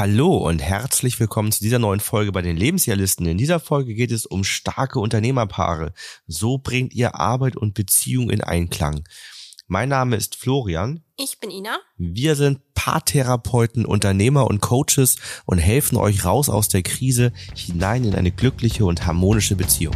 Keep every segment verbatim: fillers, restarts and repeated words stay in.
Hallo und herzlich willkommen zu dieser neuen Folge bei den Lebensjahrlisten. In dieser Folge geht es um starke Unternehmerpaare. So bringt ihr Arbeit und Beziehung in Einklang. Mein Name ist Florian. Ich bin Ina. Wir sind Paartherapeuten, Unternehmer und Coaches und helfen euch raus aus der Krise hinein in eine glückliche und harmonische Beziehung.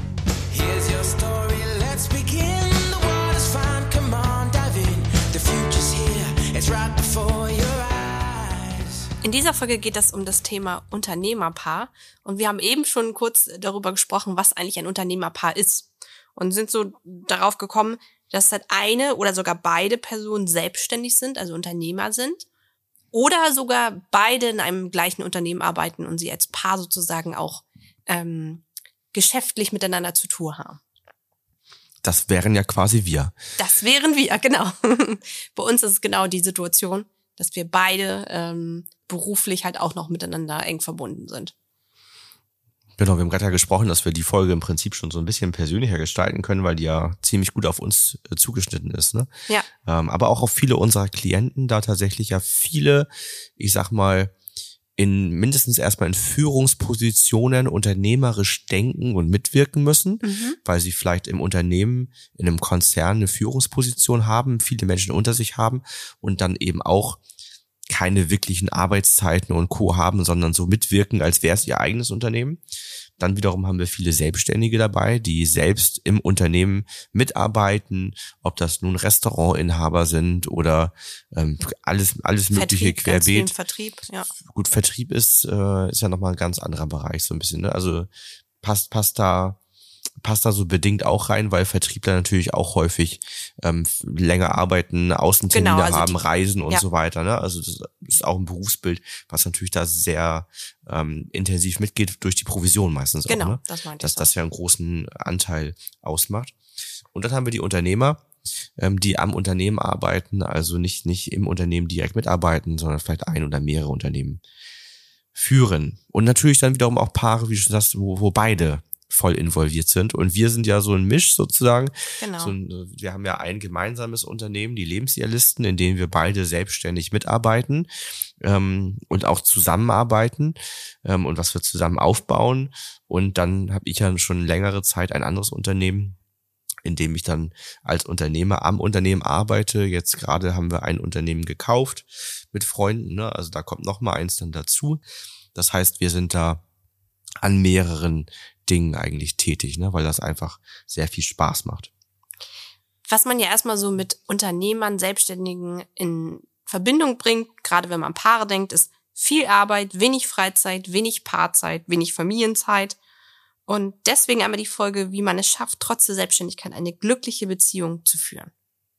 In dieser Folge geht es um das Thema Unternehmerpaar und wir haben eben schon kurz darüber gesprochen, was eigentlich ein Unternehmerpaar ist und sind so darauf gekommen, dass halt eine oder sogar beide Personen selbstständig sind, also Unternehmer sind oder sogar beide in einem gleichen Unternehmen arbeiten und sie als Paar sozusagen auch ähm, geschäftlich miteinander zu tun haben. Das wären ja quasi wir. Das wären wir, genau. Bei uns ist es genau die Situation, dass wir beide ähm, beruflich halt auch noch miteinander eng verbunden sind. Genau, wir haben gerade ja gesprochen, dass wir die Folge im Prinzip schon so ein bisschen persönlicher gestalten können, weil die ja ziemlich gut auf uns äh, zugeschnitten ist, ne? Ja. Ähm, aber auch auf viele unserer Klienten, da tatsächlich ja viele, ich sag mal, in mindestens erstmal in Führungspositionen unternehmerisch denken und mitwirken müssen, mhm. weil sie vielleicht im Unternehmen, in einem Konzern eine Führungsposition haben, viele Menschen unter sich haben und dann eben auch keine wirklichen Arbeitszeiten und Co. haben, sondern so mitwirken, als wäre es ihr eigenes Unternehmen. Dann wiederum haben wir viele Selbstständige dabei, die selbst im Unternehmen mitarbeiten, ob das nun Restaurantinhaber sind oder ähm, alles alles mögliche Vertrieb, querbeet. Ganz viel Vertrieb, ja. Gut, Vertrieb ist äh, ist ja nochmal ein ganz anderer Bereich so ein bisschen, ne? Also passt passt da passt da so bedingt auch rein, weil Vertriebler natürlich auch häufig ähm, länger arbeiten, Außentermine genau, also haben, die, Reisen und ja. so weiter. Ne? Also das ist auch ein Berufsbild, was natürlich da sehr ähm, intensiv mitgeht durch die Provision meistens genau, auch. Ne? Das meinte Dass ich das ja einen großen Anteil ausmacht. Und dann haben wir die Unternehmer, ähm, die am Unternehmen arbeiten, also nicht nicht im Unternehmen direkt mitarbeiten, sondern vielleicht ein oder mehrere Unternehmen führen. Und natürlich dann wiederum auch Paare, wie du schon sagst, wo, wo beide voll involviert sind. Und wir sind ja so ein Misch sozusagen. Genau. So ein, wir haben ja ein gemeinsames Unternehmen, die Lebensjahrlisten, in denen wir beide selbstständig mitarbeiten ähm, und auch zusammenarbeiten ähm, und was wir zusammen aufbauen. Und dann habe ich ja schon längere Zeit ein anderes Unternehmen, in dem ich dann als Unternehmer am Unternehmen arbeite. Jetzt gerade haben wir ein Unternehmen gekauft mit Freunden, ne? Also da kommt noch mal eins dann dazu. Das heißt, wir sind da an mehreren Dingen eigentlich tätig, ne, weil das einfach sehr viel Spaß macht. Was man ja erstmal so mit Unternehmern, Selbstständigen in Verbindung bringt, gerade wenn man Paare denkt, ist viel Arbeit, wenig Freizeit, wenig Paarzeit, wenig Familienzeit. Und deswegen einmal die Folge, wie man es schafft, trotz der Selbstständigkeit eine glückliche Beziehung zu führen.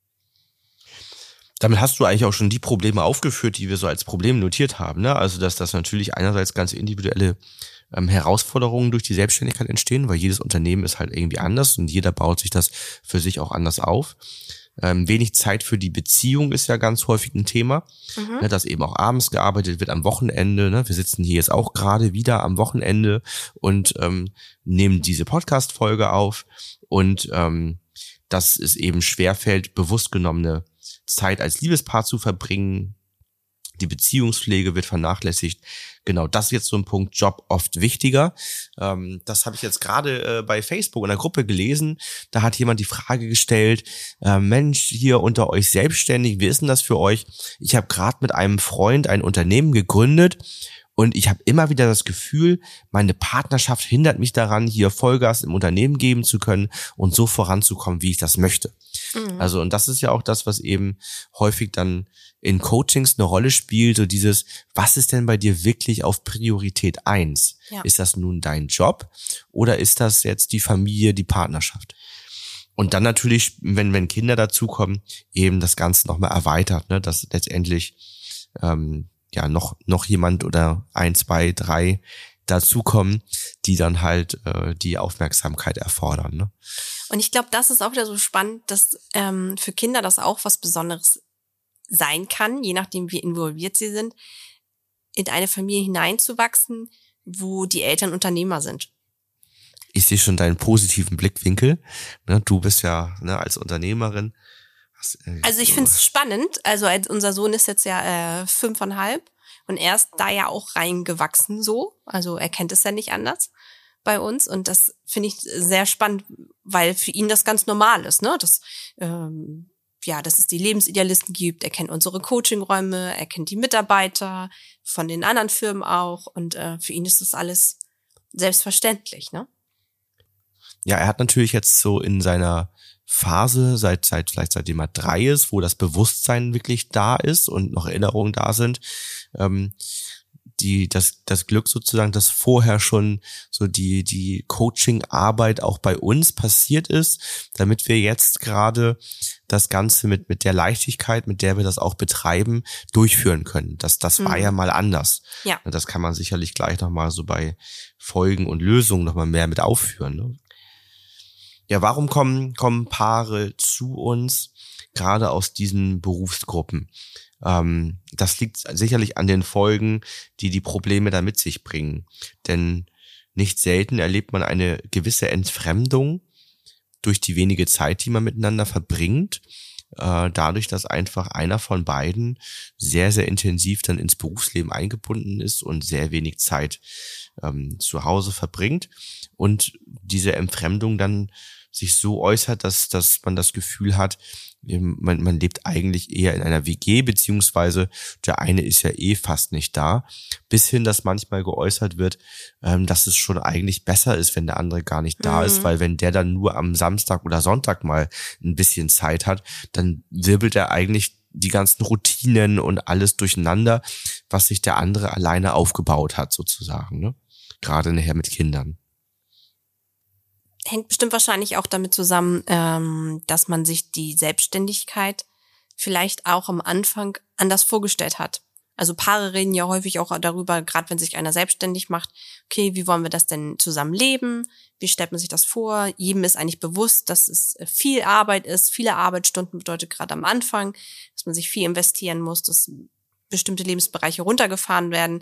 Damit hast du eigentlich auch schon die Probleme aufgeführt, die wir so als Problem notiert haben, ne? Also, dass das natürlich einerseits ganz individuelle ähm, Herausforderungen durch die Selbstständigkeit entstehen, weil jedes Unternehmen ist halt irgendwie anders und jeder baut sich das für sich auch anders auf. Ähm, wenig Zeit für die Beziehung ist ja ganz häufig ein Thema, mhm. ne, dass eben auch abends gearbeitet wird, am Wochenende. Ne? Wir sitzen hier jetzt auch gerade wieder am Wochenende und ähm, nehmen diese Podcast-Folge auf und ähm, dass es eben schwerfällt, bewusst genommene Zeit als Liebespaar zu verbringen. Die Beziehungspflege wird vernachlässigt. Genau, das ist jetzt so ein Punkt, Job oft wichtiger. Ähm, das habe ich jetzt gerade äh, bei Facebook in der Gruppe gelesen. Da hat jemand die Frage gestellt, äh, Mensch, hier unter euch selbstständig, wie ist denn das für euch? Ich habe gerade mit einem Freund ein Unternehmen gegründet und ich habe immer wieder das Gefühl, meine Partnerschaft hindert mich daran, hier Vollgas im Unternehmen geben zu können und so voranzukommen, wie ich das möchte. Mhm. Also, und das ist ja auch das, was eben häufig dann in Coachings eine Rolle spielt, so dieses, was ist denn bei dir wirklich auf Priorität eins? Ja. Ist das nun dein Job oder ist das jetzt die Familie, die Partnerschaft? Und dann natürlich, wenn wenn Kinder dazukommen, eben das Ganze nochmal erweitert, ne, dass letztendlich ähm, ja noch noch jemand oder ein, zwei, drei dazukommen, die dann halt äh, die Aufmerksamkeit erfordern. Ne? Und ich glaube, das ist auch wieder so spannend, dass ähm, für Kinder das auch was Besonderes sein kann, je nachdem wie involviert sie sind, in eine Familie hineinzuwachsen, wo die Eltern Unternehmer sind. Ich sehe schon deinen positiven Blickwinkel. Ne, du bist ja ne, als Unternehmerin. Hast, äh, also ich finde es spannend. Also als unser Sohn ist jetzt ja äh, fünfeinhalb Und er ist da ja auch reingewachsen so. Also er kennt es ja nicht anders bei uns. Und das finde ich sehr spannend, weil für ihn das ganz normal ist, ne? Das, ähm, ja, dass es die Lebensidealisten gibt. Er kennt unsere Coachingräume, er kennt die Mitarbeiter von den anderen Firmen auch. Und äh, für ihn ist das alles selbstverständlich, ne? Ja, er hat natürlich jetzt so in seiner Phase, seit, seit, vielleicht seitdem er drei ist, wo das Bewusstsein wirklich da ist und noch Erinnerungen da sind, ähm, die, das, das Glück sozusagen, dass vorher schon so die, die Coaching-Arbeit auch bei uns passiert ist, damit wir jetzt gerade das Ganze mit, mit der Leichtigkeit, mit der wir das auch betreiben, durchführen können. Das, das war mhm. ja mal anders. Ja. Das kann man sicherlich gleich nochmal so bei Folgen und Lösungen nochmal mehr mit aufführen, ne? Ja, warum kommen, kommen Paare zu uns, gerade aus diesen Berufsgruppen? Ähm, das liegt sicherlich an den Folgen, die die Probleme da mit sich bringen. Denn nicht selten erlebt man eine gewisse Entfremdung durch die wenige Zeit, die man miteinander verbringt. Äh, dadurch, dass einfach einer von beiden sehr, sehr intensiv dann ins Berufsleben eingebunden ist und sehr wenig Zeit ähm, zu Hause verbringt. Und diese Entfremdung dann sich so äußert, dass dass man das Gefühl hat, man, man lebt eigentlich eher in einer W G, beziehungsweise der eine ist ja eh fast nicht da, bis hin, dass manchmal geäußert wird, ähm, dass es schon eigentlich besser ist, wenn der andere gar nicht da mhm. ist, weil wenn der dann nur am Samstag oder Sonntag mal ein bisschen Zeit hat, dann wirbelt er eigentlich die ganzen Routinen und alles durcheinander, was sich der andere alleine aufgebaut hat sozusagen, ne? Gerade nachher mit Kindern. Hängt bestimmt wahrscheinlich auch damit zusammen, ähm, dass man sich die Selbstständigkeit vielleicht auch am Anfang anders vorgestellt hat. Also Paare reden ja häufig auch darüber, gerade wenn sich einer selbstständig macht, okay, wie wollen wir das denn zusammen leben? Wie stellt man sich das vor? Jedem ist eigentlich bewusst, dass es viel Arbeit ist. Viele Arbeitsstunden bedeutet gerade am Anfang, dass man sich viel investieren muss, dass bestimmte Lebensbereiche runtergefahren werden.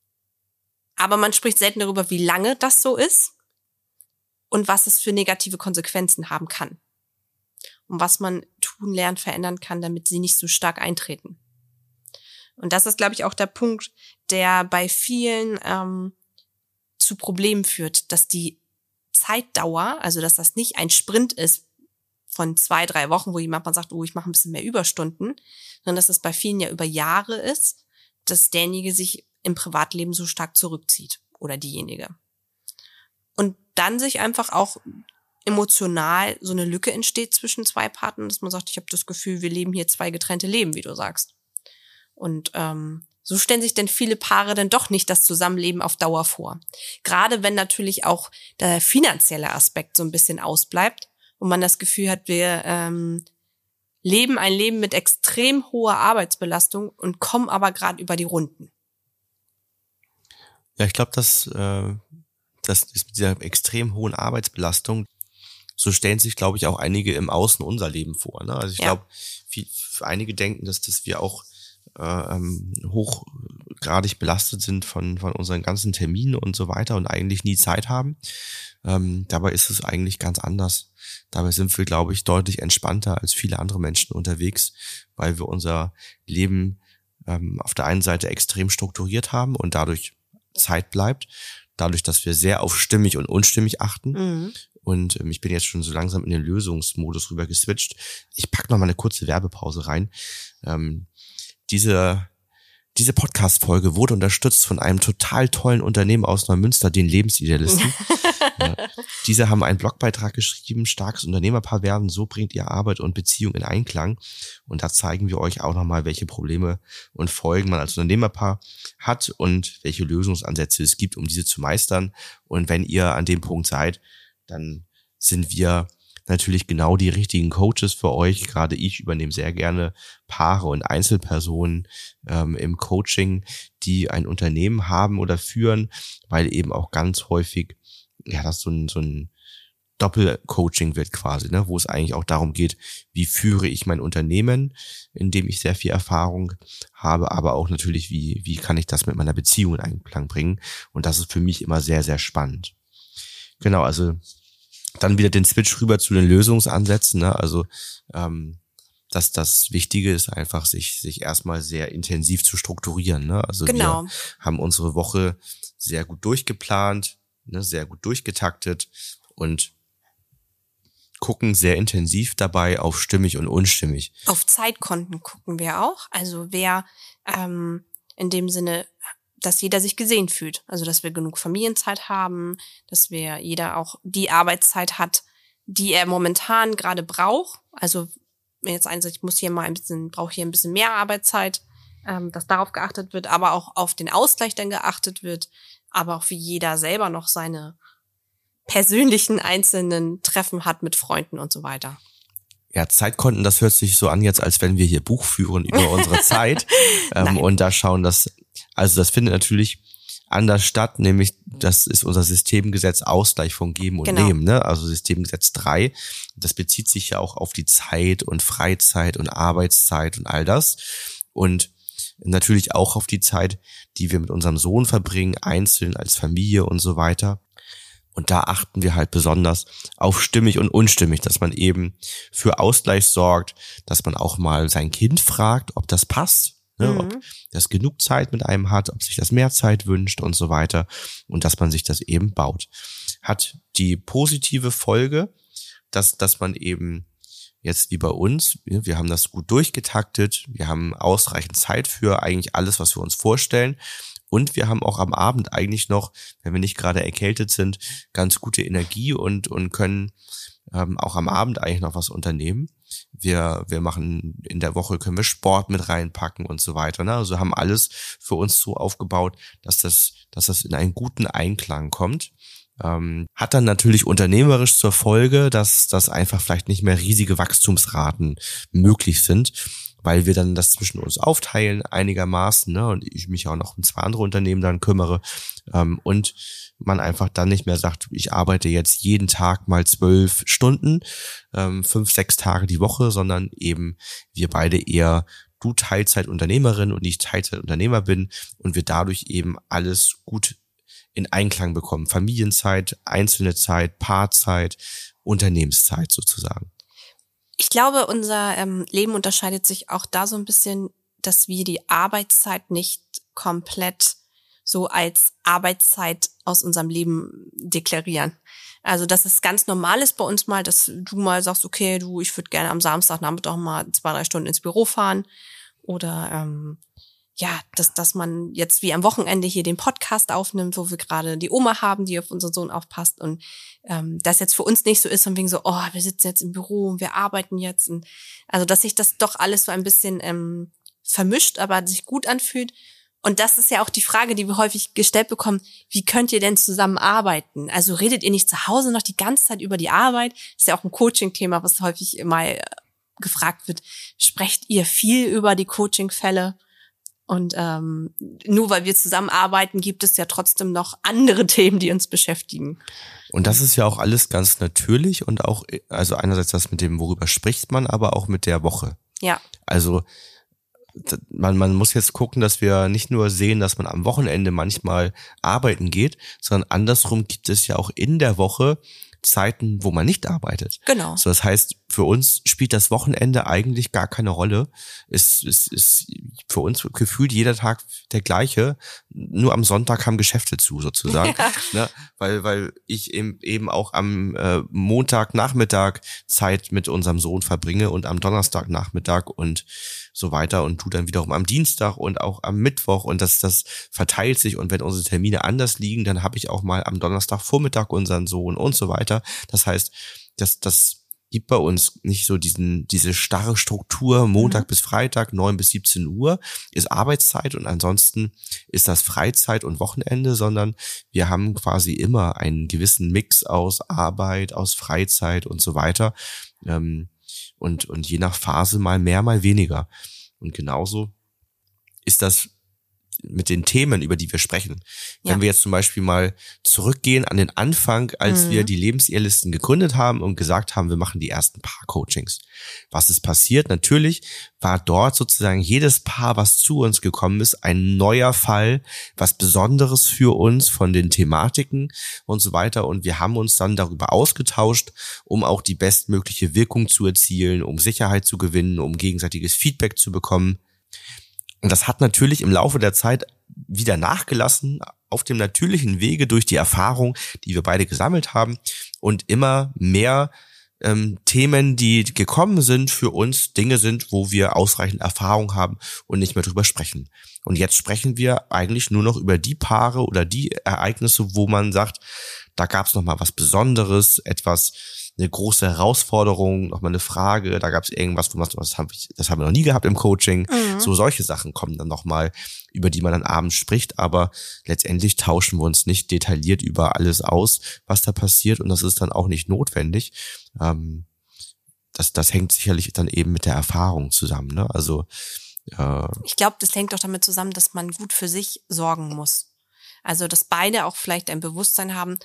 Aber man spricht selten darüber, wie lange das so ist und was es für negative Konsequenzen haben kann. Und was man tun, lernen, verändern kann, damit sie nicht so stark eintreten. Und das ist, glaube ich, auch der Punkt, der bei vielen ähm, zu Problemen führt, dass die Zeitdauer, also dass das nicht ein Sprint ist von zwei, drei Wochen, wo jemand mal sagt, oh, ich mache ein bisschen mehr Überstunden, sondern dass es bei vielen ja über Jahre ist, dass derjenige sich im Privatleben so stark zurückzieht oder diejenige. Und dann sich einfach auch emotional so eine Lücke entsteht zwischen zwei Partnern, dass man sagt, ich habe das Gefühl, wir leben hier zwei getrennte Leben, wie du sagst. Und ähm, so stellen sich denn viele Paare dann doch nicht das Zusammenleben auf Dauer vor. Gerade wenn natürlich auch der finanzielle Aspekt so ein bisschen ausbleibt und man das Gefühl hat, wir ähm, leben ein Leben mit extrem hoher Arbeitsbelastung und kommen aber gerade über die Runden. Ja, ich glaube, dass äh, das ist mit dieser extrem hohen Arbeitsbelastung, so stellen sich, glaube ich, auch einige im Außen unser Leben vor. Ne? Also ich ja. glaube, einige denken, dass, dass wir auch ähm, hochgradig belastet sind von von unseren ganzen Terminen und so weiter und eigentlich nie Zeit haben. Ähm, dabei ist es eigentlich ganz anders. Dabei sind wir, glaube ich, deutlich entspannter als viele andere Menschen unterwegs, weil wir unser Leben ähm, auf der einen Seite extrem strukturiert haben und dadurch Zeit bleibt, dadurch, dass wir sehr auf stimmig und unstimmig achten. Mhm. Und ähm, ich bin jetzt schon so langsam in den Lösungsmodus rüber geswitcht. Ich pack noch mal eine kurze Werbepause rein. Ähm, diese diese Podcast-Folge wurde unterstützt von einem total tollen Unternehmen aus Neumünster, den Lebensidealisten. Ja, diese haben einen Blogbeitrag geschrieben, starkes Unternehmerpaar werden, so bringt ihr Arbeit und Beziehung in Einklang. Und da zeigen wir euch auch nochmal, welche Probleme und Folgen man als Unternehmerpaar hat und welche Lösungsansätze es gibt, um diese zu meistern. Und wenn ihr an dem Punkt seid, dann sind wir natürlich genau die richtigen Coaches für euch. Gerade ich übernehme sehr gerne Paare und Einzelpersonen ähm, im Coaching, die ein Unternehmen haben oder führen, weil eben auch ganz häufig ja das so ein so ein Doppelcoaching wird quasi, ne, wo es eigentlich auch darum geht, wie führe ich mein Unternehmen, in dem ich sehr viel Erfahrung habe, aber auch natürlich, wie wie kann ich das mit meiner Beziehung in Einklang bringen. Und das ist für mich immer sehr, sehr spannend. Genau, also dann wieder den Switch rüber zu den Lösungsansätzen, ne? Also ähm, dass das Wichtige ist einfach, sich sich erstmal sehr intensiv zu strukturieren. Ne? Also genau. wir haben unsere Woche sehr gut durchgeplant, ne, sehr gut durchgetaktet und gucken sehr intensiv dabei auf stimmig und unstimmig. Auf Zeitkonten gucken wir auch. Also wer ähm, in dem Sinne, dass jeder sich gesehen fühlt. Also dass wir genug Familienzeit haben, dass wir jeder auch die Arbeitszeit hat, die er momentan gerade braucht. Also wenn jetzt eins, ich muss hier mal ein bisschen, brauche hier ein bisschen mehr Arbeitszeit, ähm, dass darauf geachtet wird, aber auch auf den Ausgleich dann geachtet wird, aber auch wie jeder selber noch seine persönlichen einzelnen Treffen hat mit Freunden und so weiter. Ja, Zeitkonten, das hört sich so an jetzt, als wenn wir hier Buch führen über unsere Zeit ähm, und da schauen, dass, also das findet natürlich anders statt, nämlich das ist unser Systemgesetz Ausgleich von Geben und Genau. Nehmen, ne? Also Systemgesetz drei, das bezieht sich ja auch auf die Zeit und Freizeit und Arbeitszeit und all das und natürlich auch auf die Zeit, die wir mit unserem Sohn verbringen, einzeln als Familie und so weiter. Und da achten wir halt besonders auf stimmig und unstimmig, dass man eben für Ausgleich sorgt, dass man auch mal sein Kind fragt, ob das passt, ne, Mhm. ob das genug Zeit mit einem hat, ob sich das mehr Zeit wünscht und so weiter und dass man sich das eben baut. Hat die positive Folge, dass, dass man eben jetzt wie bei uns, wir haben das gut durchgetaktet, wir haben ausreichend Zeit für eigentlich alles, was wir uns vorstellen. Und wir haben auch am Abend eigentlich noch, wenn wir nicht gerade erkältet sind, ganz gute Energie und und können ähm, auch am Abend eigentlich noch was unternehmen. Wir wir machen in der Woche, können wir Sport mit reinpacken und so weiter. Ne? Also haben alles für uns so aufgebaut, dass das dass das in einen guten Einklang kommt. Ähm, hat dann natürlich unternehmerisch zur Folge, dass dass einfach vielleicht nicht mehr riesige Wachstumsraten möglich sind, weil wir dann das zwischen uns aufteilen einigermaßen, ne, und ich mich auch noch um zwei andere Unternehmen dann kümmere, ähm, und man einfach dann nicht mehr sagt, ich arbeite jetzt jeden Tag mal zwölf Stunden, ähm, fünf, sechs Tage die Woche, sondern eben wir beide eher du Teilzeitunternehmerin und ich Teilzeitunternehmer bin und wir dadurch eben alles gut in Einklang bekommen. Familienzeit, einzelne Zeit, Paarzeit, Unternehmenszeit sozusagen. Ich glaube, unser ähm, Leben unterscheidet sich auch da so ein bisschen, dass wir die Arbeitszeit nicht komplett so als Arbeitszeit aus unserem Leben deklarieren. Also dass es ganz normal ist bei uns mal, dass du mal sagst, okay, du, ich würde gerne am Samstagnachmittag mal zwei, drei Stunden ins Büro fahren. Oder ähm, ja, dass dass man jetzt wie am Wochenende hier den Podcast aufnimmt, wo wir gerade die Oma haben, die auf unseren Sohn aufpasst und ähm, das jetzt für uns nicht so ist und wegen so, oh, wir sitzen jetzt im Büro und wir arbeiten jetzt und also dass sich das doch alles so ein bisschen ähm, vermischt, aber sich gut anfühlt. Und das ist ja auch die Frage, die wir häufig gestellt bekommen, wie könnt ihr denn zusammen arbeiten? Also redet ihr nicht zu Hause noch die ganze Zeit über die Arbeit? Das ist ja auch ein Coaching-Thema, was häufig mal gefragt wird. Sprecht ihr viel über die Coaching-Fälle? Und ähm, nur weil wir zusammenarbeiten, gibt es ja trotzdem noch andere Themen, die uns beschäftigen. Und das ist ja auch alles ganz natürlich und auch, also einerseits das mit dem, worüber spricht man, aber auch mit der Woche. Ja. Also man, man muss jetzt gucken, dass wir nicht nur sehen, dass man am Wochenende manchmal arbeiten geht, sondern andersrum gibt es ja auch in der Woche Zeiten, wo man nicht arbeitet. Genau. So, das heißt, für uns spielt das Wochenende eigentlich gar keine Rolle. Es ist, ist für uns gefühlt jeder Tag der gleiche. Nur am Sonntag haben Geschäfte zu, sozusagen. Ja. Ne? Weil, weil ich eben, eben auch am äh, Montagnachmittag Zeit mit unserem Sohn verbringe und am Donnerstagnachmittag und so weiter und du dann wiederum am Dienstag und auch am Mittwoch und das, das verteilt sich und wenn unsere Termine anders liegen, dann habe ich auch mal am Donnerstagvormittag unseren Sohn und so weiter. Das heißt, das, das gibt bei uns nicht so diesen, diese starre Struktur, Montag mhm. bis Freitag, neun bis siebzehn Uhr ist Arbeitszeit und ansonsten ist das Freizeit und Wochenende, sondern wir haben quasi immer einen gewissen Mix aus Arbeit, aus Freizeit und so weiter. Ähm, und, und je nach Phase mal mehr, mal weniger. Und genauso ist das mit den Themen, über die wir sprechen. Ja. Wenn wir jetzt zum Beispiel mal zurückgehen an den Anfang, als mhm. wir die Lebensehrlisten gegründet haben und gesagt haben, wir machen die ersten Paar-Coachings. Was ist passiert? Natürlich war dort sozusagen jedes Paar, was zu uns gekommen ist, ein neuer Fall, was Besonderes für uns von den Thematiken und so weiter. Und wir haben uns dann darüber ausgetauscht, um auch die bestmögliche Wirkung zu erzielen, um Sicherheit zu gewinnen, um gegenseitiges Feedback zu bekommen. Und das hat natürlich im Laufe der Zeit wieder nachgelassen, auf dem natürlichen Wege durch die Erfahrung, die wir beide gesammelt haben und immer mehr ähm, Themen, die gekommen sind für uns, Dinge sind, wo wir ausreichend Erfahrung haben und nicht mehr drüber sprechen. Und jetzt sprechen wir eigentlich nur noch über die Paare oder die Ereignisse, wo man sagt, da gab es nochmal was Besonderes, etwas, eine große Herausforderung, nochmal eine Frage, da gab es irgendwas, wo man, das haben, das haben wir noch nie gehabt im Coaching. Mhm. So solche Sachen kommen dann nochmal, über die man dann abends spricht, aber letztendlich tauschen wir uns nicht detailliert über alles aus, was da passiert, und das ist dann auch nicht notwendig. Ähm, das, das hängt sicherlich dann eben mit der Erfahrung zusammen, ne? Also äh, ich glaube, das hängt doch damit zusammen, dass man gut für sich sorgen muss. Also dass beide auch vielleicht ein Bewusstsein haben,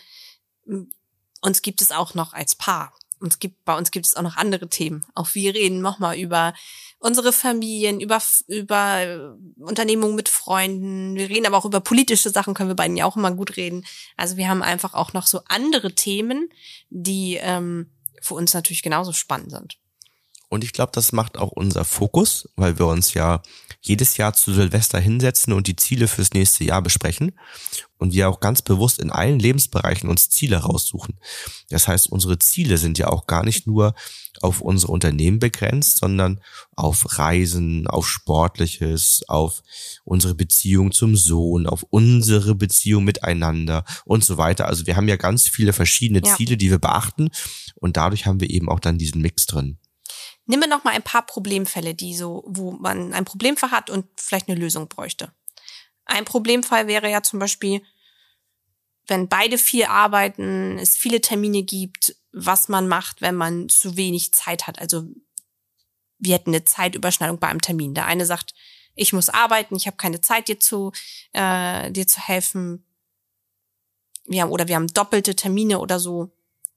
uns gibt es auch noch als Paar. Uns gibt, bei uns gibt es auch noch andere Themen. Auch wir reden nochmal über unsere Familien, über, über Unternehmungen mit Freunden. Wir reden aber auch über politische Sachen, können wir beiden ja auch immer gut reden. Also wir haben einfach auch noch so andere Themen, die ähm, für uns natürlich genauso spannend sind. Und ich glaube, das macht auch unser Fokus, weil wir uns ja jedes Jahr zu Silvester hinsetzen und die Ziele fürs nächste Jahr besprechen und wir auch ganz bewusst in allen Lebensbereichen uns Ziele raussuchen. Das heißt, unsere Ziele sind ja auch gar nicht nur auf unsere Unternehmen begrenzt, sondern auf Reisen, auf Sportliches, auf unsere Beziehung zum Sohn, auf unsere Beziehung miteinander und so weiter. Also wir haben ja ganz viele verschiedene ja. Ziele, die wir beachten, und dadurch haben wir eben auch dann diesen Mix drin. Nimm mir noch mal ein paar Problemfälle, die so, wo man ein Problemfall hat und vielleicht eine Lösung bräuchte. Ein Problemfall wäre ja zum Beispiel, wenn beide viel arbeiten, es viele Termine gibt, was man macht, wenn man zu wenig Zeit hat. Also wir hätten eine Zeitüberschneidung bei einem Termin. Der eine sagt, ich muss arbeiten, ich habe keine Zeit, dir zu äh, dir zu helfen. Wir haben, oder wir haben doppelte Termine oder so.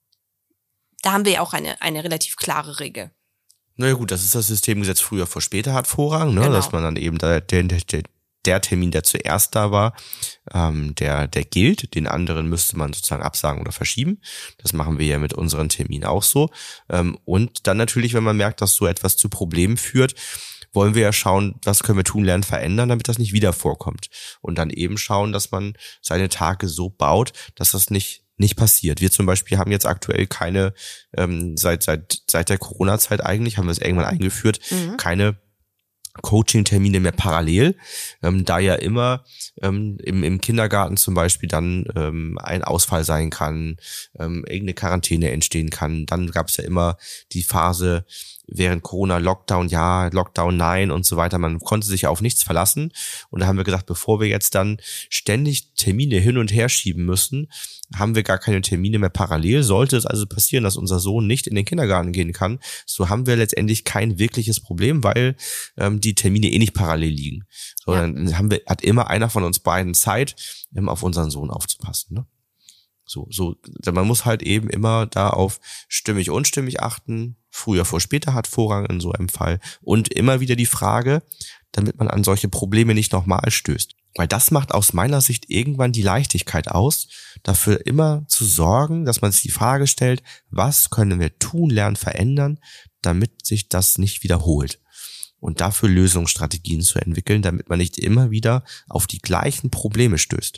Da haben wir ja auch eine eine relativ klare Regel. Na ja, gut, das ist das Systemgesetz früher vor später hat Vorrang, ne, genau. Dass man dann eben da, der, der, der Termin, der zuerst da war, ähm, der, der gilt. Den anderen müsste man sozusagen absagen oder verschieben. Das machen wir ja mit unseren Terminen auch so. Ähm, und dann natürlich, wenn man merkt, dass so etwas zu Problemen führt, wollen wir ja schauen, was können wir tun, lernen, verändern, damit das nicht wieder vorkommt. Und dann eben schauen, dass man seine Tage so baut, dass das nicht nicht passiert. Wir zum Beispiel haben jetzt aktuell keine, ähm, seit seit seit der Corona-Zeit eigentlich, haben wir es irgendwann eingeführt, mhm. keine Coaching-Termine mehr parallel, ähm, da ja immer ähm, im, im Kindergarten zum Beispiel dann ähm, ein Ausfall sein kann, ähm, irgendeine Quarantäne entstehen kann. Dann gab es ja immer die Phase während Corona, Lockdown ja, Lockdown nein und so weiter. Man konnte sich auf nichts verlassen. Und da haben wir gesagt, bevor wir jetzt dann ständig Termine hin und her schieben müssen, haben wir gar keine Termine mehr parallel. Sollte es also passieren, dass unser Sohn nicht in den Kindergarten gehen kann, so haben wir letztendlich kein wirkliches Problem, weil ähm, die Termine eh nicht parallel liegen. Sondern ja. haben wir, hat immer einer von uns beiden Zeit, ähm, auf unseren Sohn aufzupassen, ne? So, so, man muss halt eben immer da auf stimmig, unstimmig achten. Früher vor später hat Vorrang in so einem Fall. Und immer wieder die Frage, damit man an solche Probleme nicht nochmal stößt. Weil das macht aus meiner Sicht irgendwann die Leichtigkeit aus, dafür immer zu sorgen, dass man sich die Frage stellt, was können wir tun, lernen, verändern, damit sich das nicht wiederholt. Und dafür Lösungsstrategien zu entwickeln, damit man nicht immer wieder auf die gleichen Probleme stößt.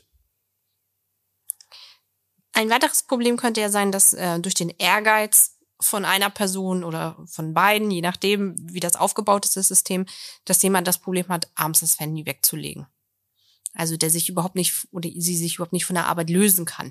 Ein weiteres Problem könnte ja sein, dass äh, durch den Ehrgeiz von einer Person oder von beiden, je nachdem, wie das aufgebaut ist, das System, dass jemand das Problem hat, abends das Handy wegzulegen. Also der sich überhaupt nicht oder sie sich überhaupt nicht von der Arbeit lösen kann.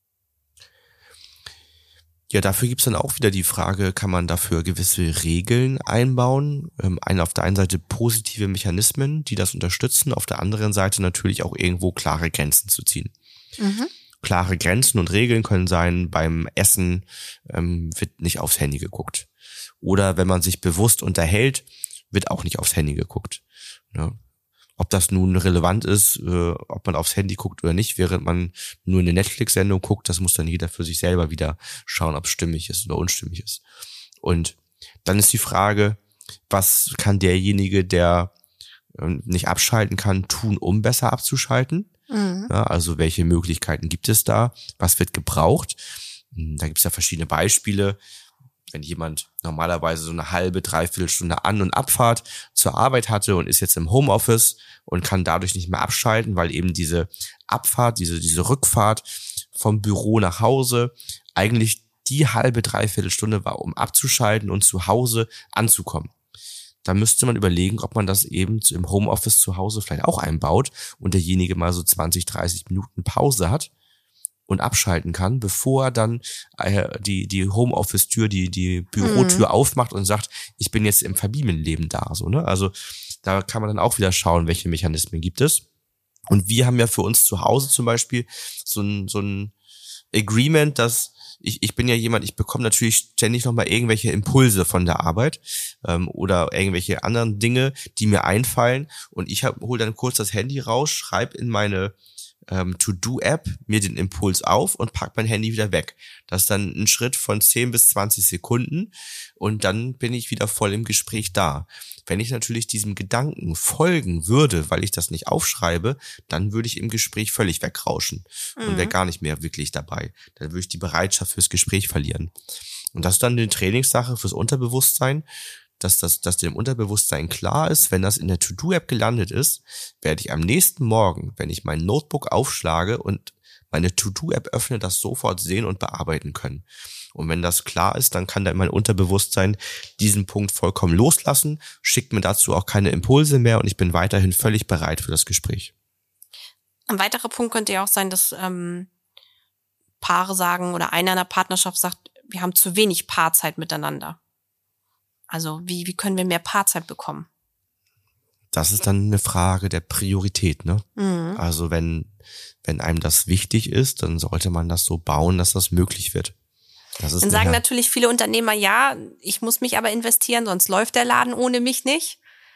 Ja, dafür gibt's dann auch wieder die Frage, kann man dafür gewisse Regeln einbauen? Ähm, eine auf der einen Seite positive Mechanismen, die das unterstützen, auf der anderen Seite natürlich auch irgendwo klare Grenzen zu ziehen. Mhm. Klare Grenzen und Regeln können sein, beim Essen ähm, wird nicht aufs Handy geguckt. Oder wenn man sich bewusst unterhält, wird auch nicht aufs Handy geguckt. Ne? ob das nun relevant ist, äh, ob man aufs Handy guckt oder nicht, während man nur eine Netflix-Sendung guckt, das muss dann jeder für sich selber wieder schauen, ob es stimmig ist oder unstimmig ist. Und dann ist die Frage, was kann derjenige, der äh, nicht abschalten kann, tun, um besser abzuschalten? Mhm. Ja, also welche Möglichkeiten gibt es da? Was wird gebraucht? Da gibt es ja verschiedene Beispiele. Wenn jemand normalerweise so eine halbe, dreiviertel Stunde An- und Abfahrt zur Arbeit hatte und ist jetzt im Homeoffice und kann dadurch nicht mehr abschalten, weil eben diese Abfahrt, diese, diese Rückfahrt vom Büro nach Hause eigentlich die halbe, dreiviertel Stunde war, um abzuschalten und zu Hause anzukommen. Da müsste man überlegen, ob man das eben im Homeoffice zu Hause vielleicht auch einbaut und derjenige mal so zwanzig, dreißig Minuten Pause hat und abschalten kann, bevor er dann äh, die die Homeoffice-Tür, die die Bürotür mhm. aufmacht und sagt, ich bin jetzt im Familienleben da. So, ne? Also da kann man dann auch wieder schauen, welche Mechanismen gibt es. Und wir haben ja für uns zu Hause zum Beispiel so ein so ein Agreement, dass ich ich bin ja jemand, ich bekomme natürlich ständig nochmal irgendwelche Impulse von der Arbeit ähm, oder irgendwelche anderen Dinge, die mir einfallen. Und ich hol dann kurz das Handy raus, schreibe in meine ähm, To-Do-App mir den Impuls auf und pack mein Handy wieder weg. Das ist dann ein Schritt von zehn bis zwanzig Sekunden und dann bin ich wieder voll im Gespräch da. Wenn ich natürlich diesem Gedanken folgen würde, weil ich das nicht aufschreibe, dann würde ich im Gespräch völlig wegrauschen mhm. und wäre gar nicht mehr wirklich dabei. Dann würde ich die Bereitschaft fürs Gespräch verlieren. Und das ist dann eine Trainingssache fürs Unterbewusstsein, dass das, dass dem Unterbewusstsein klar ist, wenn das in der To-Do-App gelandet ist, werde ich am nächsten Morgen, wenn ich mein Notebook aufschlage und meine To-Do-App öffne, das sofort sehen und bearbeiten können. Und wenn das klar ist, dann kann dann mein Unterbewusstsein diesen Punkt vollkommen loslassen, schickt mir dazu auch keine Impulse mehr und ich bin weiterhin völlig bereit für das Gespräch. Ein weiterer Punkt könnte ja auch sein, dass ähm, Paare sagen oder einer in der Partnerschaft sagt, wir haben zu wenig Paarzeit miteinander. Also wie wie können wir mehr Paarzeit bekommen? Das ist dann eine Frage der Priorität, ne? Mhm. Also wenn wenn einem das wichtig ist, dann sollte man das so bauen, dass das möglich wird. Das ist dann sagen natürlich viele Unternehmer, ja, ich muss mich aber investieren, sonst läuft der Laden ohne mich nicht.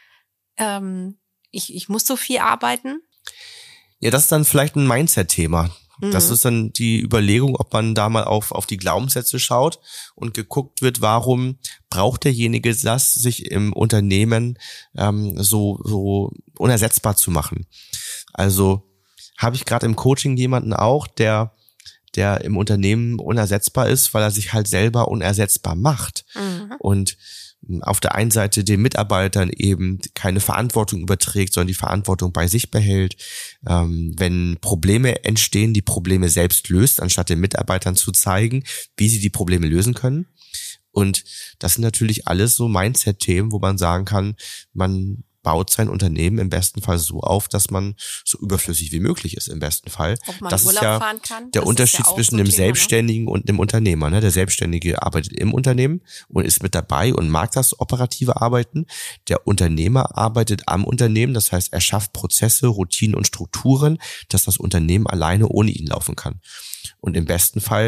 Ähm, ich ich muss so viel arbeiten. Ja, das ist dann vielleicht ein Mindset-Thema. Das ist dann die Überlegung, ob man da mal auf auf die Glaubenssätze schaut und geguckt wird, warum braucht derjenige das, sich im Unternehmen ähm, so so unersetzbar zu machen. Also habe ich gerade im Coaching jemanden auch, der der im Unternehmen unersetzbar ist, weil er sich halt selber unersetzbar macht. Mhm. Und auf der einen Seite den Mitarbeitern eben keine Verantwortung überträgt, sondern die Verantwortung bei sich behält. Ähm, wenn Probleme entstehen, die Probleme selbst löst, anstatt den Mitarbeitern zu zeigen, wie sie die Probleme lösen können. Und das sind natürlich alles so Mindset-Themen, wo man sagen kann, man baut sein Unternehmen im besten Fall so auf, dass man so überflüssig wie möglich ist im besten Fall. Ob man das Urlaub ist ja fahren kann, der das Unterschied ist ja auch zwischen so dem Thema, Selbstständigen ne? und dem Unternehmer. Ne? Der Selbstständige arbeitet im Unternehmen und ist mit dabei und mag das operative Arbeiten. Der Unternehmer arbeitet am Unternehmen, das heißt, er schafft Prozesse, Routinen und Strukturen, dass das Unternehmen alleine ohne ihn laufen kann. Und im besten Fall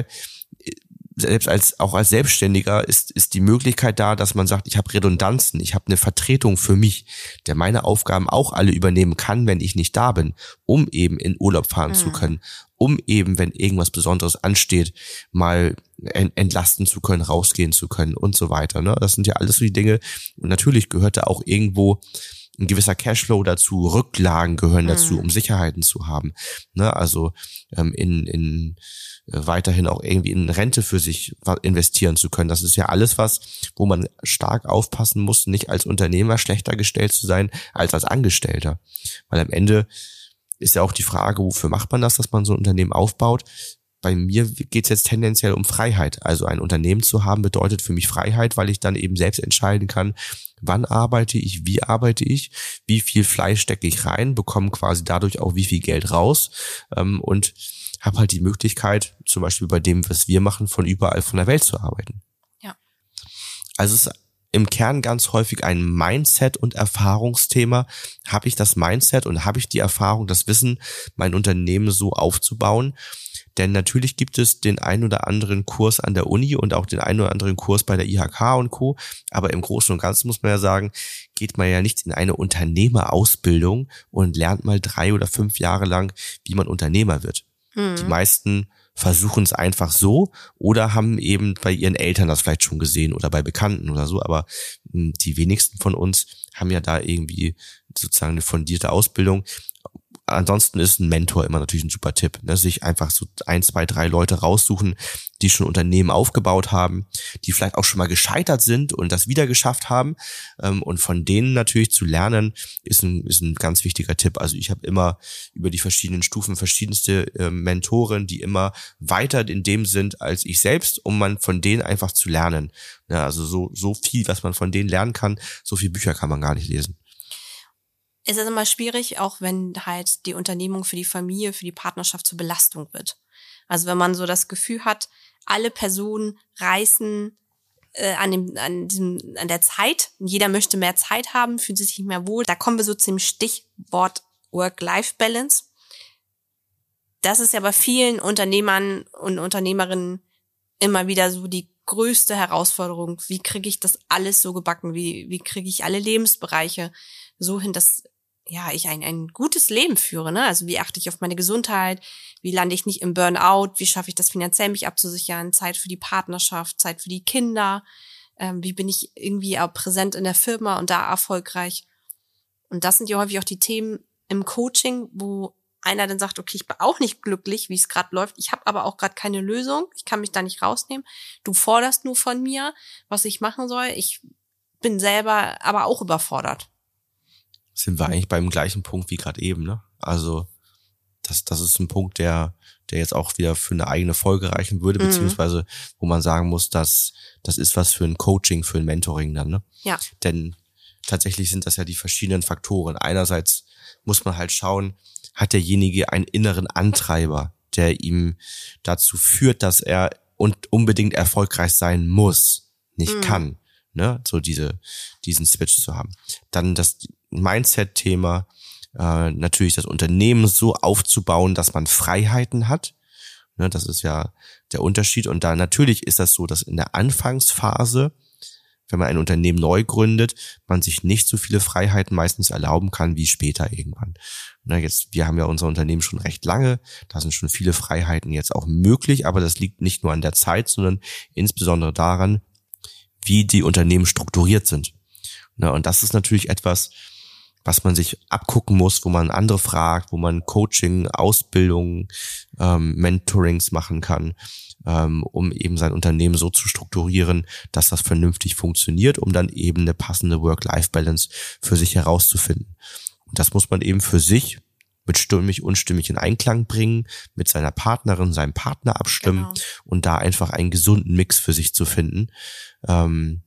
selbst als auch als Selbstständiger ist ist die Möglichkeit da, dass man sagt, ich habe Redundanzen, ich habe eine Vertretung für mich, der meine Aufgaben auch alle übernehmen kann, wenn ich nicht da bin, um eben in Urlaub fahren mhm. zu können, um eben, wenn irgendwas Besonderes ansteht, mal entlasten zu können, rausgehen zu können und so weiter. Ne? Das sind ja alles so die Dinge. Und natürlich gehört da auch irgendwo ein gewisser Cashflow dazu, Rücklagen gehören dazu, mhm. um Sicherheiten zu haben. Ne? Also ähm, in in weiterhin auch irgendwie in Rente für sich investieren zu können. Das ist ja alles was, wo man stark aufpassen muss, nicht als Unternehmer schlechter gestellt zu sein als als Angestellter. Weil am Ende ist ja auch die Frage, wofür macht man das, dass man so ein Unternehmen aufbaut? Bei mir geht es jetzt tendenziell um Freiheit. Also ein Unternehmen zu haben bedeutet für mich Freiheit, weil ich dann eben selbst entscheiden kann, wann arbeite ich, wie arbeite ich, wie viel Fleisch stecke ich rein, bekomme quasi dadurch auch wie viel Geld raus und habe halt die Möglichkeit, zum Beispiel bei dem, was wir machen, von überall von der Welt zu arbeiten. Ja. Also es ist im Kern ganz häufig ein Mindset- und Erfahrungsthema. Habe ich das Mindset und habe ich die Erfahrung, das Wissen, mein Unternehmen so aufzubauen, Denn natürlich gibt es den einen oder anderen Kurs an der Uni und auch den einen oder anderen Kurs bei der I H K und Co. Aber im Großen und Ganzen muss man ja sagen, geht man ja nicht in eine Unternehmerausbildung und lernt mal drei oder fünf Jahre lang, wie man Unternehmer wird. Mhm. Die meisten versuchen es einfach so oder haben eben bei ihren Eltern das vielleicht schon gesehen oder bei Bekannten oder so, aber die wenigsten von uns haben ja da irgendwie sozusagen eine fundierte Ausbildung. Ansonsten ist ein Mentor immer natürlich ein super Tipp, ne? Sich einfach so ein, zwei, drei Leute raussuchen, die schon Unternehmen aufgebaut haben, die vielleicht auch schon mal gescheitert sind und das wieder geschafft haben. Und von denen natürlich zu lernen, ist ein, ist ein ganz wichtiger Tipp. Also ich habe immer über die verschiedenen Stufen verschiedenste äh, Mentoren, die immer weiter in dem sind als ich selbst, um man von denen einfach zu lernen. Ja, also so, so viel, was man von denen lernen kann, so viele Bücher kann man gar nicht lesen. Es ist immer schwierig, auch wenn halt die Unternehmung für die Familie, für die Partnerschaft zur Belastung wird. Also wenn man so das Gefühl hat, alle Personen reißen äh, an dem, an diesem, an der Zeit, jeder möchte mehr Zeit haben, fühlt sich nicht mehr wohl. Da kommen wir so zum Stichwort Work-Life-Balance. Das ist ja bei vielen Unternehmern und Unternehmerinnen immer wieder so die größte Herausforderung. Wie kriege ich das alles so gebacken? Wie, wie kriege ich alle Lebensbereiche so hin, dass ja, ich ein, ein gutes Leben führe, ne? Also wie achte ich auf meine Gesundheit? Wie lande ich nicht im Burnout? Wie schaffe ich das finanziell, mich abzusichern? Zeit für die Partnerschaft, Zeit für die Kinder? Ähm, wie bin ich irgendwie auch präsent in der Firma und da erfolgreich? Und das sind ja häufig auch die Themen im Coaching, wo einer dann sagt, okay, ich bin auch nicht glücklich, wie es gerade läuft. Ich habe aber auch gerade keine Lösung. Ich kann mich da nicht rausnehmen. Du forderst nur von mir, was ich machen soll. Ich bin selber aber auch überfordert. Sind wir eigentlich beim gleichen Punkt wie gerade eben, ne? Also das das ist ein Punkt, der der jetzt auch wieder für eine eigene Folge reichen würde, mhm. beziehungsweise wo man sagen muss, dass das ist was für ein Coaching, für ein Mentoring dann, ne? Ja. Denn tatsächlich sind das ja die verschiedenen Faktoren. Einerseits muss man halt schauen, hat derjenige einen inneren Antreiber, der ihm dazu führt, dass er und unbedingt erfolgreich sein muss, nicht mhm. kann, ne? So diese diesen Switch zu haben. Dann das Mindset-Thema, äh, natürlich das Unternehmen so aufzubauen, dass man Freiheiten hat. Ne, das ist ja der Unterschied. Und da natürlich ist das so, dass in der Anfangsphase, wenn man ein Unternehmen neu gründet, man sich nicht so viele Freiheiten meistens erlauben kann wie später irgendwann. Na, jetzt, wir haben ja unser Unternehmen schon recht lange, da sind schon viele Freiheiten jetzt auch möglich, aber das liegt nicht nur an der Zeit, sondern insbesondere daran, wie die Unternehmen strukturiert sind. Na, und das ist natürlich etwas, was man sich abgucken muss, wo man andere fragt, wo man Coaching, Ausbildung, ähm, Mentorings machen kann, ähm, um eben sein Unternehmen so zu strukturieren, dass das vernünftig funktioniert, um dann eben eine passende Work-Life-Balance für sich herauszufinden. Und das muss man eben für sich mit stimmig, unstimmig in Einklang bringen, mit seiner Partnerin, seinem Partner abstimmen genau. und da einfach einen gesunden Mix für sich zu finden. Ähm,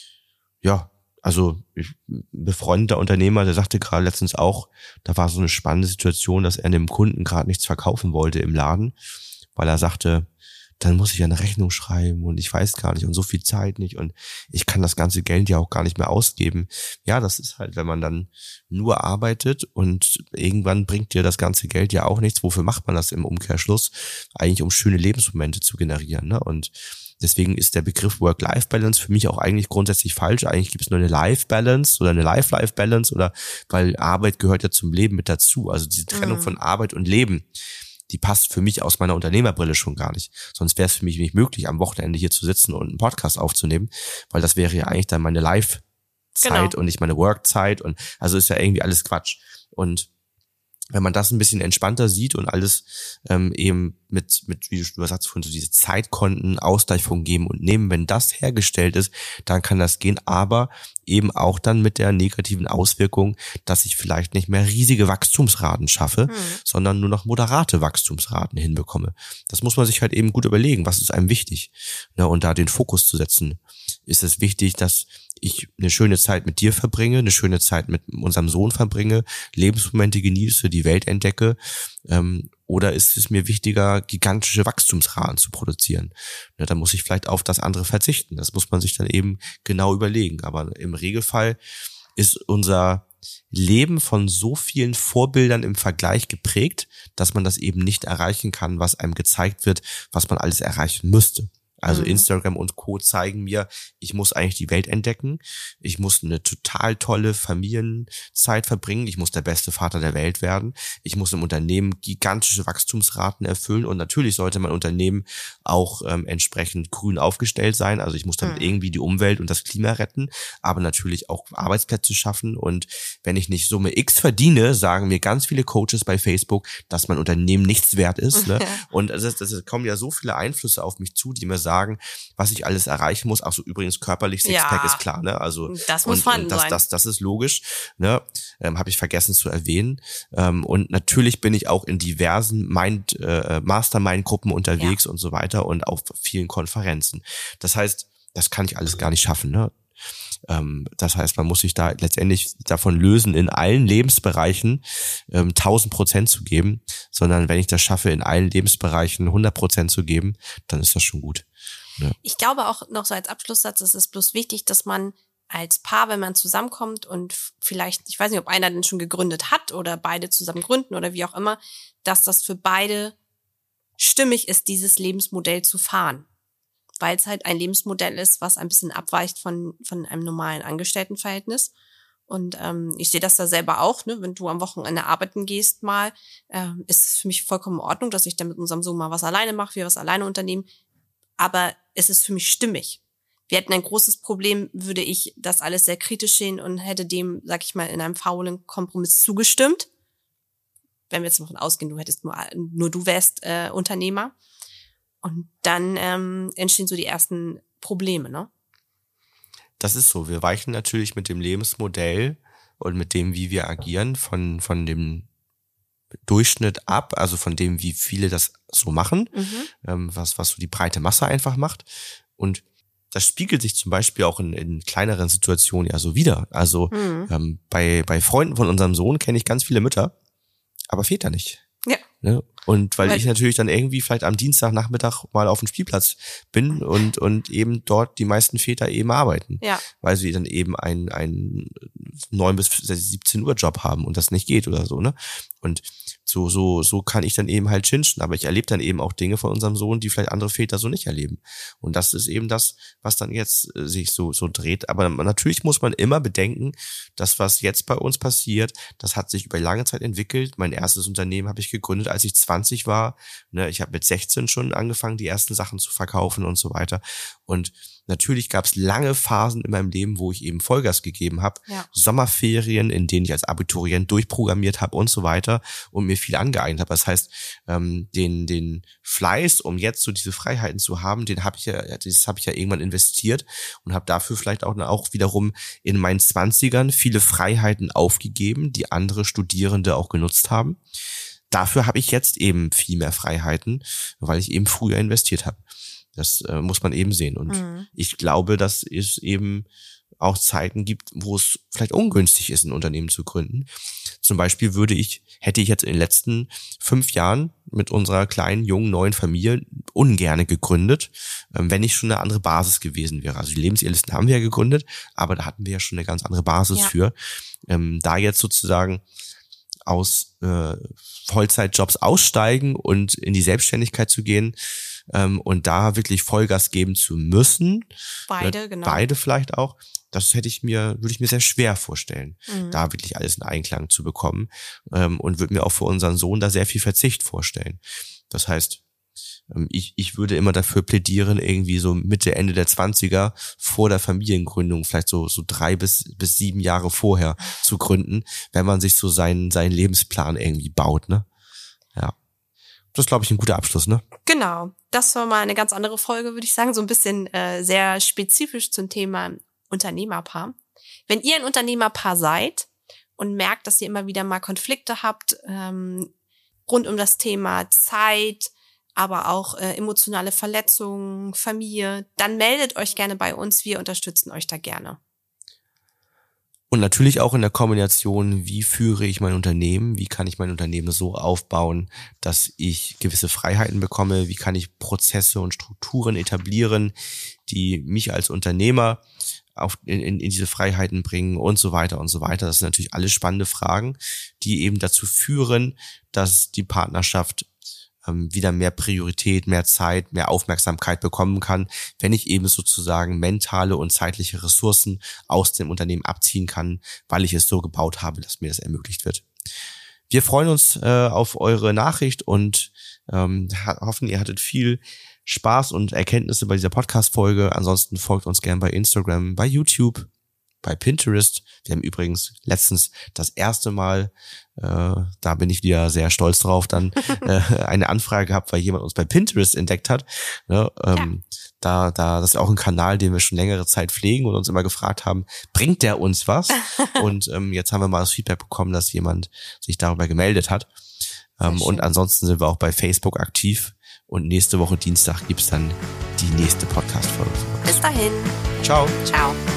ja, Also ich, ein befreundeter Unternehmer, der sagte gerade letztens auch, da war so eine spannende Situation, dass er dem Kunden gerade nichts verkaufen wollte im Laden, weil er sagte, dann muss ich ja eine Rechnung schreiben und ich weiß gar nicht und so viel Zeit nicht und ich kann das ganze Geld ja auch gar nicht mehr ausgeben. Ja, das ist halt, wenn man dann nur arbeitet und irgendwann bringt dir das ganze Geld ja auch nichts. Wofür macht man das im Umkehrschluss? Eigentlich um schöne Lebensmomente zu generieren, ne? Und deswegen ist der Begriff Work-Life-Balance für mich auch eigentlich grundsätzlich falsch. Eigentlich gibt es nur eine Life-Balance oder eine Life-Life-Balance oder weil Arbeit gehört ja zum Leben mit dazu. Also diese Trennung mhm. von Arbeit und Leben, die passt für mich aus meiner Unternehmerbrille schon gar nicht. Sonst wäre es für mich nicht möglich, am Wochenende hier zu sitzen und einen Podcast aufzunehmen, weil das wäre ja eigentlich dann meine Life-Zeit genau. und nicht meine Work-Zeit und also ist ja irgendwie alles Quatsch. Und wenn man das ein bisschen entspannter sieht und alles ähm, eben mit, mit wie du sagst, so diese Zeitkonten, Ausgleich von Geben und Nehmen, wenn das hergestellt ist, dann kann das gehen, aber eben auch dann mit der negativen Auswirkung, dass ich vielleicht nicht mehr riesige Wachstumsraten schaffe, mhm. sondern nur noch moderate Wachstumsraten hinbekomme. Das muss man sich halt eben gut überlegen, was ist einem wichtig, ne, und da den Fokus zu setzen. Ist es wichtig, dass ich eine schöne Zeit mit dir verbringe, eine schöne Zeit mit unserem Sohn verbringe, Lebensmomente genieße, die Welt entdecke, ähm, oder ist es mir wichtiger, gigantische Wachstumsraten zu produzieren? Ne, dann muss ich vielleicht auf das andere verzichten. Das muss man sich dann eben genau überlegen. Aber im Regelfall ist unser Leben von so vielen Vorbildern im Vergleich geprägt, dass man das eben nicht erreichen kann, was einem gezeigt wird, was man alles erreichen müsste. Also mhm. Instagram und Co. zeigen mir, ich muss eigentlich die Welt entdecken. Ich muss eine total tolle Familienzeit verbringen. Ich muss der beste Vater der Welt werden. Ich muss im Unternehmen gigantische Wachstumsraten erfüllen. Und natürlich sollte mein Unternehmen auch ähm, entsprechend grün aufgestellt sein. Also ich muss damit mhm. irgendwie die Umwelt und das Klima retten, aber natürlich auch Arbeitsplätze schaffen. Und wenn ich nicht Summe X verdiene, sagen mir ganz viele Coaches bei Facebook, dass mein Unternehmen nichts wert ist. Ne? Und es, es, es kommen ja so viele Einflüsse auf mich zu, die mir sagen, sagen, was ich alles erreichen muss. Ach so, übrigens körperlich Sixpack ja, ist klar, ne? Also das muss und, vorhanden und das, sein. Das, das ist logisch, ne? Ähm, Habe ich vergessen zu erwähnen. Ähm, und natürlich bin ich auch in diversen Mind, äh, Mastermind-Gruppen unterwegs ja. und so weiter und auf vielen Konferenzen. Das heißt, das kann ich alles gar nicht schaffen, ne? Ähm, das heißt, man muss sich da letztendlich davon lösen, in allen Lebensbereichen ähm, tausend Prozent zu geben, sondern wenn ich das schaffe, in allen Lebensbereichen hundert Prozent zu geben, dann ist das schon gut. Ja. Ich glaube auch noch so als Abschlusssatz, es ist bloß wichtig, dass man als Paar, wenn man zusammenkommt und vielleicht, ich weiß nicht, ob einer denn schon gegründet hat oder beide zusammen gründen oder wie auch immer, dass das für beide stimmig ist, dieses Lebensmodell zu fahren. Weil es halt ein Lebensmodell ist, was ein bisschen abweicht von von einem normalen Angestelltenverhältnis. Und ähm, ich sehe das da selber auch, ne? Wenn du am Wochenende arbeiten gehst mal, ähm, ist es für mich vollkommen in Ordnung, dass ich dann mit unserem Sohn mal was alleine mache, wir was alleine unternehmen. Aber es ist für mich stimmig. Wir hätten ein großes Problem, würde ich das alles sehr kritisch sehen und hätte dem, sag ich mal, in einem faulen Kompromiss zugestimmt. Wenn wir jetzt davon ausgehen, du hättest nur, nur du wärst äh, Unternehmer. Und dann ähm, entstehen so die ersten Probleme, ne? Das ist so. Wir weichen natürlich mit dem Lebensmodell und mit dem, wie wir agieren, von von dem Durchschnitt ab, also von dem, wie viele das so machen, mhm. ähm, was was so die breite Masse einfach macht. Und das spiegelt sich zum Beispiel auch in, in kleineren Situationen ja so wieder. Also mhm. ähm, bei bei Freunden von unserem Sohn kenne ich ganz viele Mütter, aber Väter nicht. Ja. Ne? Und weil, weil ich natürlich dann irgendwie vielleicht am Dienstagnachmittag mal auf dem Spielplatz bin und und eben dort die meisten Väter eben arbeiten, ja. weil sie dann eben einen einen neun bis siebzehn Uhr Job haben und das nicht geht oder so, ne? Und so so so kann ich dann eben halt chinchen, aber ich erlebe dann eben auch Dinge von unserem Sohn, die vielleicht andere Väter so nicht erleben. Und das ist eben das, was dann jetzt äh, sich so so dreht. Aber natürlich muss man immer bedenken, das, was jetzt bei uns passiert, das hat sich über lange Zeit entwickelt. Mein erstes Unternehmen habe ich gegründet, als ich zwanzig war. Ne, ich habe mit sechzehn schon angefangen, die ersten Sachen zu verkaufen und so weiter. Und natürlich gab es lange Phasen in meinem Leben, wo ich eben Vollgas gegeben habe. Ja. Sommerferien, in denen ich als Abiturient durchprogrammiert habe und so weiter und mir viel angeeignet habe. Das heißt, ähm, den den Fleiß, um jetzt so diese Freiheiten zu haben, den habe ich ja, das habe ich ja irgendwann investiert und habe dafür vielleicht auch auch wiederum in meinen Zwanzigern viele Freiheiten aufgegeben, die andere Studierende auch genutzt haben. Dafür habe ich jetzt eben viel mehr Freiheiten, weil ich eben früher investiert habe. Das äh, muss man eben sehen. Und mhm. ich glaube, dass es eben auch Zeiten gibt, wo es vielleicht ungünstig ist, ein Unternehmen zu gründen. Zum Beispiel würde ich, hätte ich jetzt in den letzten fünf Jahren mit unserer kleinen, jungen, neuen Familie ungerne gegründet, ähm, wenn nicht schon eine andere Basis gewesen wäre. Also die Lebensehrlisten haben wir ja gegründet, aber da hatten wir ja schon eine ganz andere Basis ja. für. Ähm, da jetzt sozusagen aus äh, Vollzeitjobs aussteigen und in die Selbstständigkeit zu gehen, ähm, und da wirklich Vollgas geben zu müssen. Beide, äh, genau. Beide vielleicht auch. Das hätte ich mir, würde ich mir sehr schwer vorstellen, mhm. da wirklich alles in Einklang zu bekommen, ähm, und würde mir auch für unseren Sohn da sehr viel Verzicht vorstellen. Das heißt, ähm, ich, ich würde immer dafür plädieren, irgendwie so Mitte, Ende der Zwanziger vor der Familiengründung, vielleicht so, so drei bis, bis sieben Jahre vorher zu gründen, wenn man sich so seinen, seinen Lebensplan irgendwie baut, ne? Ja. Das ist, glaube ich, ein guter Abschluss, ne? Genau. Das war mal eine ganz andere Folge, würde ich sagen. So ein bisschen äh, sehr spezifisch zum Thema Unternehmerpaar. Wenn ihr ein Unternehmerpaar seid und merkt, dass ihr immer wieder mal Konflikte habt, ähm, rund um das Thema Zeit, aber auch äh, emotionale Verletzungen, Familie, dann meldet euch gerne bei uns. Wir unterstützen euch da gerne. Und natürlich auch in der Kombination, wie führe ich mein Unternehmen, wie kann ich mein Unternehmen so aufbauen, dass ich gewisse Freiheiten bekomme, wie kann ich Prozesse und Strukturen etablieren, die mich als Unternehmer auf, in, in, in diese Freiheiten bringen und so weiter und so weiter. Das sind natürlich alles spannende Fragen, die eben dazu führen, dass die Partnerschaft wieder mehr Priorität, mehr Zeit, mehr Aufmerksamkeit bekommen kann, wenn ich eben sozusagen mentale und zeitliche Ressourcen aus dem Unternehmen abziehen kann, weil ich es so gebaut habe, dass mir das ermöglicht wird. Wir freuen uns äh, auf eure Nachricht und ähm, hoffen, ihr hattet viel Spaß und Erkenntnisse bei dieser Podcast-Folge. Ansonsten folgt uns gern bei Instagram, bei YouTube, bei Pinterest. Wir haben übrigens letztens das erste Mal, äh, da bin ich wieder sehr stolz drauf, dann äh, eine Anfrage gehabt, weil jemand uns bei Pinterest entdeckt hat. Ne, ähm, ja. Da, da, das ist auch ein Kanal, den wir schon längere Zeit pflegen und uns immer gefragt haben, bringt der uns was? Und ähm, jetzt haben wir mal das Feedback bekommen, dass jemand sich darüber gemeldet hat. Ähm, und ansonsten sind wir auch bei Facebook aktiv. Und nächste Woche Dienstag gibt's dann die nächste Podcast-Folge. Bis dahin. Ciao. Ciao.